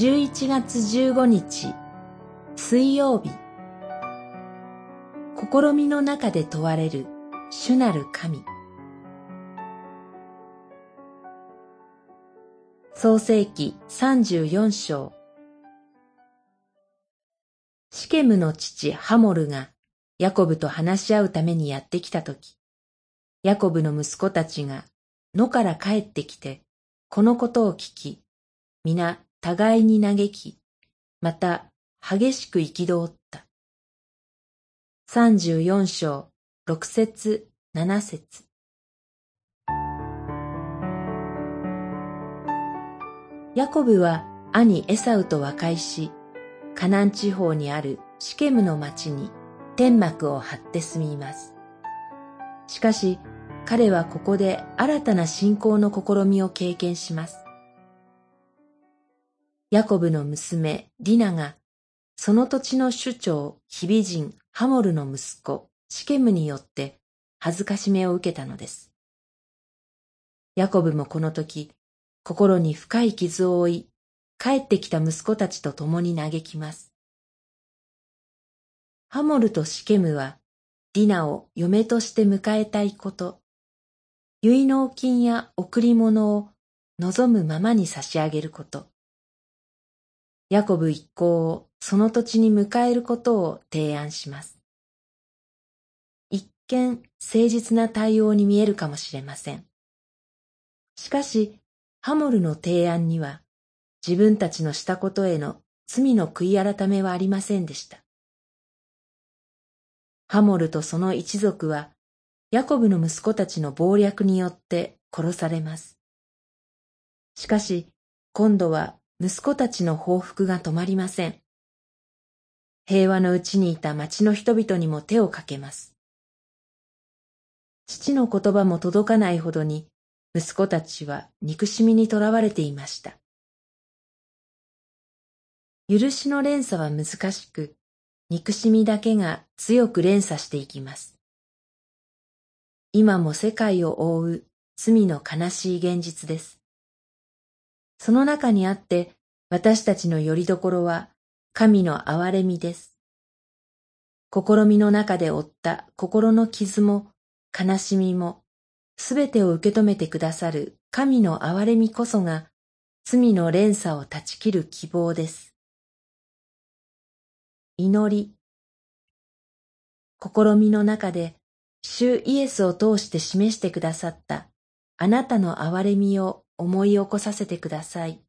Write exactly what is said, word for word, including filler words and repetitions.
じゅういちがつじゅうごにち、水曜日。試みの中で問われる主なる神。創世記さんじゅうよん章。シケムの父ハモルがヤコブと話し合うためにやってきたとき、ヤコブの息子たちが野から帰ってきて、このことを聞き、皆互いに嘆き、また激しく憤った。さんじゅうよん章ろく節なな節。ヤコブは兄エサウと和解し、カナン地方にあるシケムの町に天幕を張って住みます。しかし彼はここで新たな信仰の試みを経験します。ヤコブの娘ディナがその土地の首長ヒビ人ハモルの息子シケムによって恥ずかしめを受けたのです。ヤコブもこの時心に深い傷を負い、帰ってきた息子たちと共に嘆きます。ハモルとシケムはディナを嫁として迎えたいこと、結納金や贈り物を望むままに差し上げること、ヤコブ一行をその土地に迎えることを提案します。一見誠実な対応に見えるかもしれません。しかし、ハモルの提案には自分たちのしたことへの罪の悔い改めはありませんでした。ハモルとその一族はヤコブの息子たちの謀略によって殺されます。しかし、今度は息子たちの報復が止まりません。平和のうちにいた町の人々にも手をかけます。父の言葉も届かないほどに息子たちは憎しみにとらわれていました。許しの連鎖は難しく、憎しみだけが強く連鎖していきます。今も世界を覆う罪の悲しい現実です。その中にあって私たちの拠り所は神の憐れみです。試みの中で負った心の傷も悲しみもすべてを受け止めてくださる神の憐れみこそが罪の連鎖を断ち切る希望です。祈り。試みの中で主イエスを通して示してくださったあなたの憐れみを思い起こさせてください。